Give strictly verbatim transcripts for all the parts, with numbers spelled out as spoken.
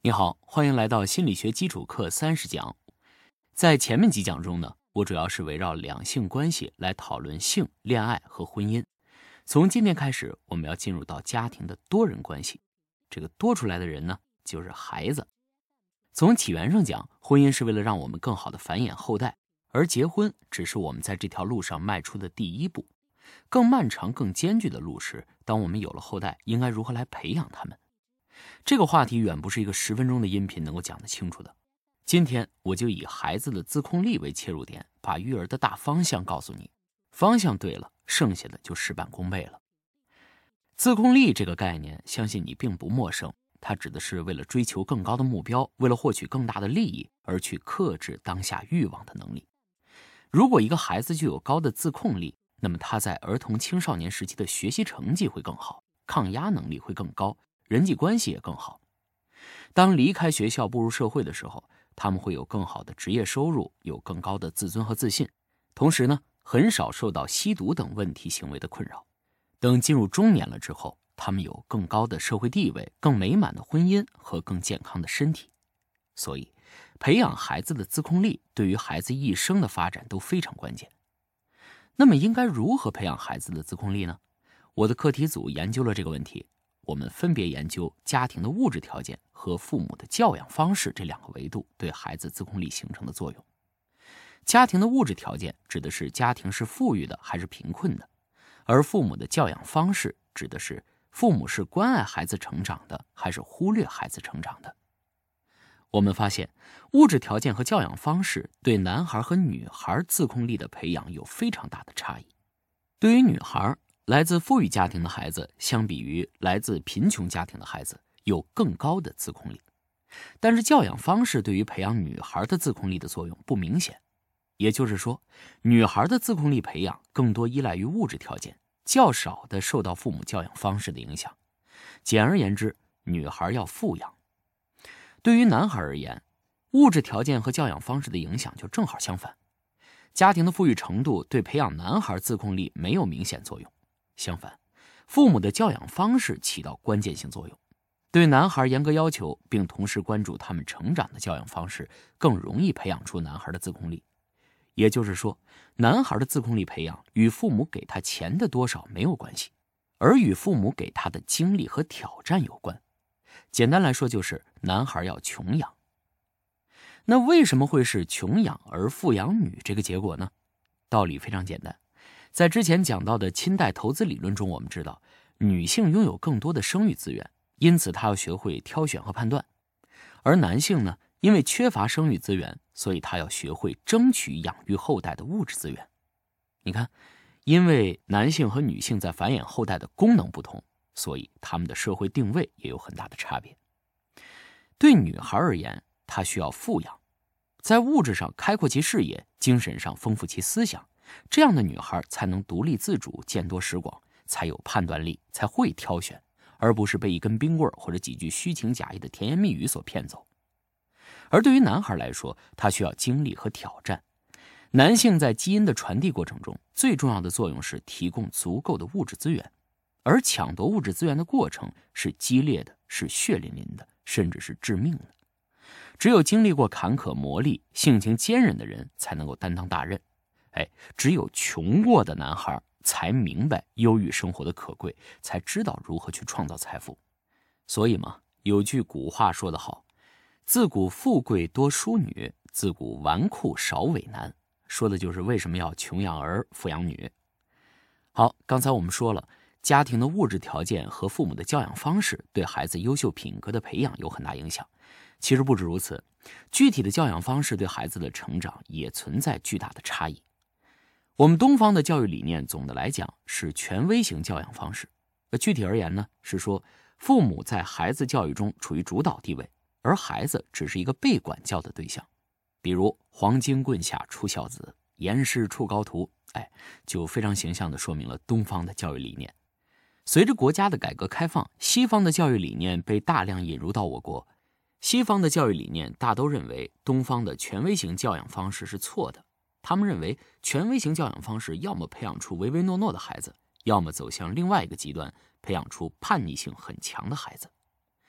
你好，欢迎来到心理学基础课三十讲。在前面几讲中呢，我主要是围绕两性关系来讨论性、恋爱和婚姻。从今天开始，我们要进入到家庭的多人关系。这个多出来的人呢，就是孩子。从起源上讲，婚姻是为了让我们更好的繁衍后代，而结婚只是我们在这条路上迈出的第一步。更漫长、更艰巨的路是，当我们有了后代，应该如何来培养他们。这个话题远不是一个十分钟的音频能够讲得清楚的。今天我就以孩子的自控力为切入点，把育儿的大方向告诉你。方向对了，剩下的就事半功倍了。自控力这个概念，相信你并不陌生。它指的是为了追求更高的目标，为了获取更大的利益，而去克制当下欲望的能力。如果一个孩子具有高的自控力，那么他在儿童青少年时期的学习成绩会更好，抗压能力会更高，人际关系也更好。当离开学校步入社会的时候，他们会有更好的职业收入，有更高的自尊和自信，同时呢，很少受到吸毒等问题行为的困扰。等进入中年了之后，他们有更高的社会地位，更美满的婚姻和更健康的身体。所以，培养孩子的自控力对于孩子一生的发展都非常关键。那么应该如何培养孩子的自控力呢？我的课题组研究了这个问题，我们分别研究家庭的物质条件和父母的教养方式这两个维度对孩子自控力形成的作用。家庭的物质条件指的是家庭是富裕的还是贫困的，而父母的教养方式指的是父母是关爱孩子成长的还是忽略孩子成长的。我们发现物质条件和教养方式对男孩和女孩自控力的培养有非常大的差异。对于女孩，来自富裕家庭的孩子相比于来自贫穷家庭的孩子有更高的自控力，但是教养方式对于培养女孩的自控力的作用不明显。也就是说，女孩的自控力培养更多依赖于物质条件，较少的受到父母教养方式的影响。简而言之，女孩要富养。对于男孩而言，物质条件和教养方式的影响就正好相反。家庭的富裕程度对培养男孩自控力没有明显作用，相反，父母的教养方式起到关键性作用。对男孩严格要求，并同时关注他们成长的教养方式，更容易培养出男孩的自控力。也就是说，男孩的自控力培养与父母给他钱的多少没有关系，而与父母给他的精力和挑战有关。简单来说，就是男孩要穷养。那为什么会是穷养儿富养女这个结果呢？道理非常简单，在之前讲到的亲代投资理论中，我们知道女性拥有更多的生育资源，因此她要学会挑选和判断；而男性呢，因为缺乏生育资源，所以他要学会争取养育后代的物质资源。你看，因为男性和女性在繁衍后代的功能不同，所以他们的社会定位也有很大的差别。对女孩而言，她需要富养，在物质上开阔其视野，精神上丰富其思想，这样的女孩才能独立自主，见多识广，才有判断力，才会挑选，而不是被一根冰棍或者几句虚情假意的甜言蜜语所骗走。而对于男孩来说，他需要经历和挑战。男性在基因的传递过程中，最重要的作用是提供足够的物质资源，而抢夺物质资源的过程是激烈的，是血淋淋的，甚至是致命的。只有经历过坎坷磨砺，性情坚韧的人才能够担当大任。哎，只有穷过的男孩才明白优裕生活的可贵，才知道如何去创造财富。所以嘛，有句古话说得好，自古富贵多淑女，自古纨绔少伟男，说的就是为什么要穷养儿富养女。好，刚才我们说了，家庭的物质条件和父母的教养方式对孩子优秀品格的培养有很大影响。其实不止如此，具体的教养方式对孩子的成长也存在巨大的差异。我们东方的教育理念总的来讲是权威型教养方式，具体而言呢，是说父母在孩子教育中处于主导地位，而孩子只是一个被管教的对象。比如黄金棍下出孝子，严师出高徒，哎，就非常形象地说明了东方的教育理念。随着国家的改革开放，西方的教育理念被大量引入到我国。西方的教育理念大都认为东方的权威型教养方式是错的，他们认为权威型教养方式要么培养出唯唯诺诺的孩子，要么走向另外一个极端，培养出叛逆性很强的孩子。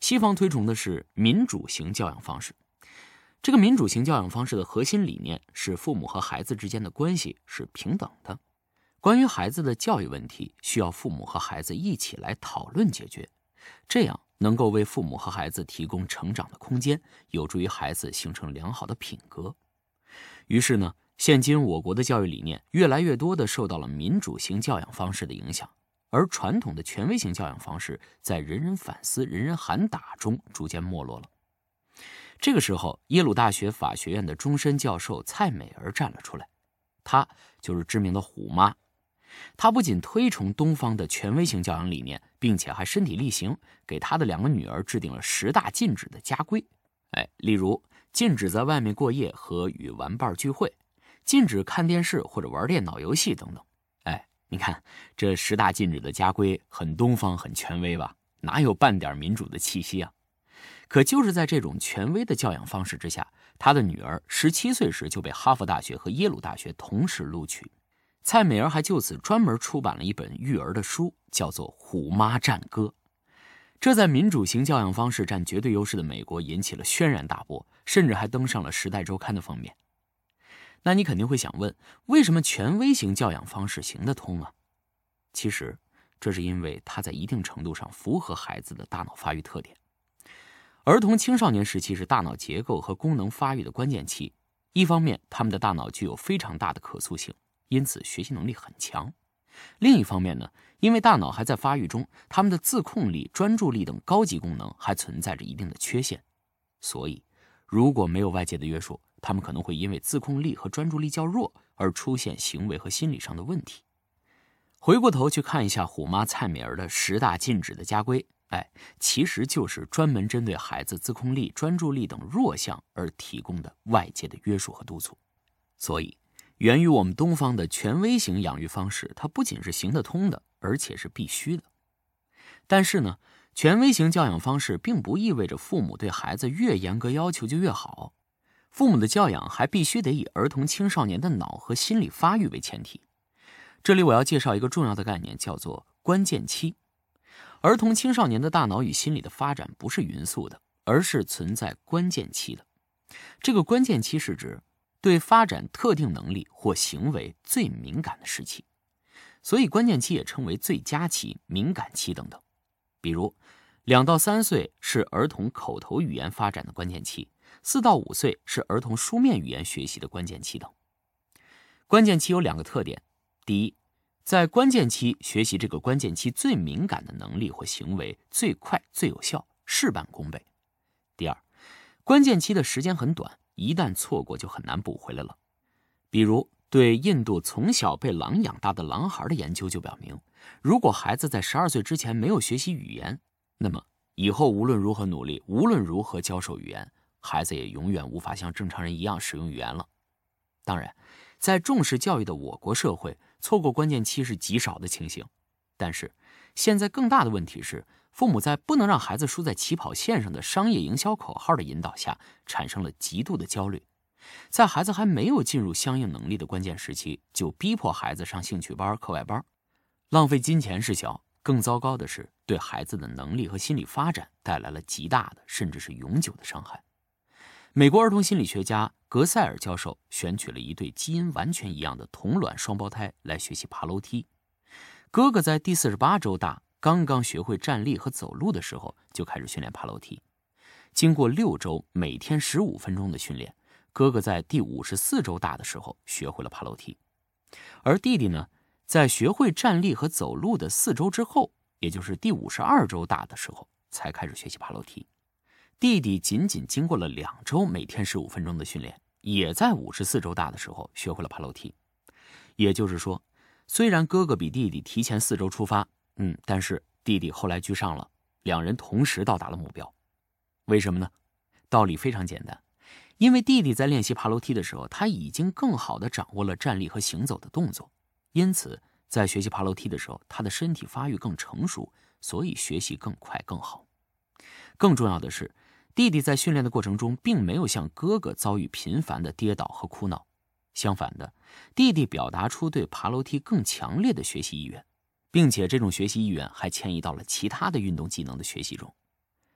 西方推崇的是民主型教养方式。这个民主型教养方式的核心理念是父母和孩子之间的关系是平等的。关于孩子的教育问题，需要父母和孩子一起来讨论解决，这样能够为父母和孩子提供成长的空间，有助于孩子形成良好的品格。于是呢，现今我国的教育理念越来越多地受到了民主型教养方式的影响，而传统的权威型教养方式在人人反思、人人喊打中逐渐没落了。这个时候，耶鲁大学法学院的终身教授蔡美儿站了出来，她就是知名的虎妈。她不仅推崇东方的权威型教养理念，并且还身体力行，给她的两个女儿制定了十大禁止的家规。哎，例如禁止在外面过夜和与玩伴聚会，禁止看电视或者玩电脑游戏等等。哎，你看这十大禁止的家规很东方很权威吧，哪有半点民主的气息啊？可就是在这种权威的教养方式之下，他的女儿十七岁时就被哈佛大学和耶鲁大学同时录取。蔡美儿还就此专门出版了一本育儿的书，叫做《虎妈战歌》。这在民主型教养方式占绝对优势的美国引起了轩然大波，甚至还登上了《时代周刊》的封面。那你肯定会想问，为什么权威型教养方式行得通啊？其实这是因为它在一定程度上符合孩子的大脑发育特点。儿童青少年时期是大脑结构和功能发育的关键期，一方面他们的大脑具有非常大的可塑性，因此学习能力很强。另一方面呢，因为大脑还在发育中，他们的自控力、专注力等高级功能还存在着一定的缺陷，所以如果没有外界的约束，他们可能会因为自控力和专注力较弱而出现行为和心理上的问题。回过头去看一下虎妈蔡美儿的十大禁止的家规，哎，其实就是专门针对孩子自控力、专注力等弱项而提供的外界的约束和督促。所以源于我们东方的权威型养育方式，它不仅是行得通的，而且是必须的。但是呢，权威型教养方式并不意味着父母对孩子越严格要求就越好。父母的教养还必须得以儿童青少年的脑和心理发育为前提。这里我要介绍一个重要的概念，叫做关键期。儿童青少年的大脑与心理的发展不是匀速的，而是存在关键期的。这个关键期是指对发展特定能力或行为最敏感的时期，所以关键期也称为最佳期、敏感期等等。比如两到三岁是儿童口头语言发展的关键期，四到五岁是儿童书面语言学习的关键期等。关键期有两个特点，第一，在关键期学习这个关键期最敏感的能力或行为最快最有效，事半功倍。第二，关键期的时间很短，一旦错过就很难补回来了。比如对印度从小被狼养大的狼孩的研究就表明，如果孩子在十二岁之前没有学习语言，那么以后无论如何努力，无论如何教授语言，孩子也永远无法像正常人一样使用语言了。当然，在重视教育的我国社会，错过关键期是极少的情形。但是现在更大的问题是，父母在不能让孩子输在起跑线上的商业营销口号的引导下，产生了极度的焦虑。在孩子还没有进入相应能力的关键时期，就逼迫孩子上兴趣班、课外班，浪费金钱是小，更糟糕的是对孩子的能力和心理发展带来了极大的甚至是永久的伤害。美国儿童心理学家格塞尔教授选取了一对基因完全一样的同卵双胞胎来学习爬楼梯。哥哥在第四十八周大，刚刚学会站立和走路的时候就开始训练爬楼梯。经过六周每天十五分钟的训练，哥哥在第五十四周大的时候学会了爬楼梯。而弟弟呢，在学会站立和走路的四周之后，也就是第五十二周大的时候才开始学习爬楼梯。弟弟仅仅经过了两周每天十五分钟的训练，也在五十四周大的时候学会了爬楼梯。也就是说，虽然哥哥比弟弟提前四周出发，嗯，但是弟弟后来居上了，两人同时到达了目标。为什么呢？道理非常简单，因为弟弟在练习爬楼梯的时候，他已经更好地掌握了站立和行走的动作，因此在学习爬楼梯的时候，他的身体发育更成熟，所以学习更快更好。更重要的是，弟弟在训练的过程中并没有像哥哥遭遇频繁的跌倒和哭闹，相反的，弟弟表达出对爬楼梯更强烈的学习意愿，并且这种学习意愿还迁移到了其他的运动技能的学习中。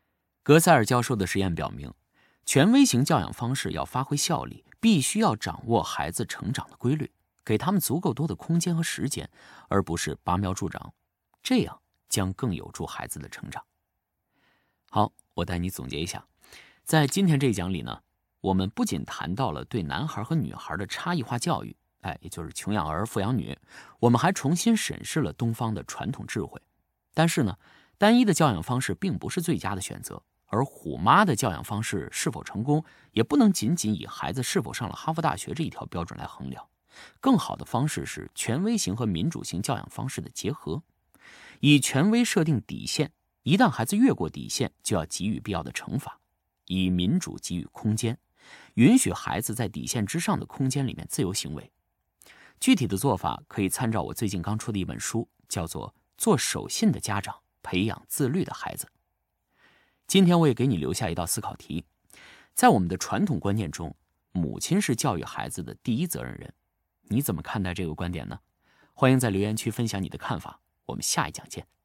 格塞尔教授的实验表明，权威型教养方式要发挥效力，必须要掌握孩子成长的规律，给他们足够多的空间和时间，而不是拔苗助长，这样将更有助孩子的成长。好，我带你总结一下，在今天这一讲里呢，我们不仅谈到了对男孩和女孩的差异化教育，哎，也就是穷养儿富养女，我们还重新审视了东方的传统智慧。但是呢，单一的教养方式并不是最佳的选择，而虎妈的教养方式是否成功，也不能仅仅以孩子是否上了哈佛大学这一条标准来衡量。更好的方式是权威型和民主型教养方式的结合，以权威设定底线，一旦孩子越过底线，就要给予必要的惩罚；以民主给予空间，允许孩子在底线之上的空间里面自由行为。具体的做法可以参照我最近刚出的一本书，叫做《做守信的家长，培养自律的孩子》。今天我也给你留下一道思考题，在我们的传统观念中，母亲是教育孩子的第一责任人，你怎么看待这个观点呢？欢迎在留言区分享你的看法，我们下一讲见。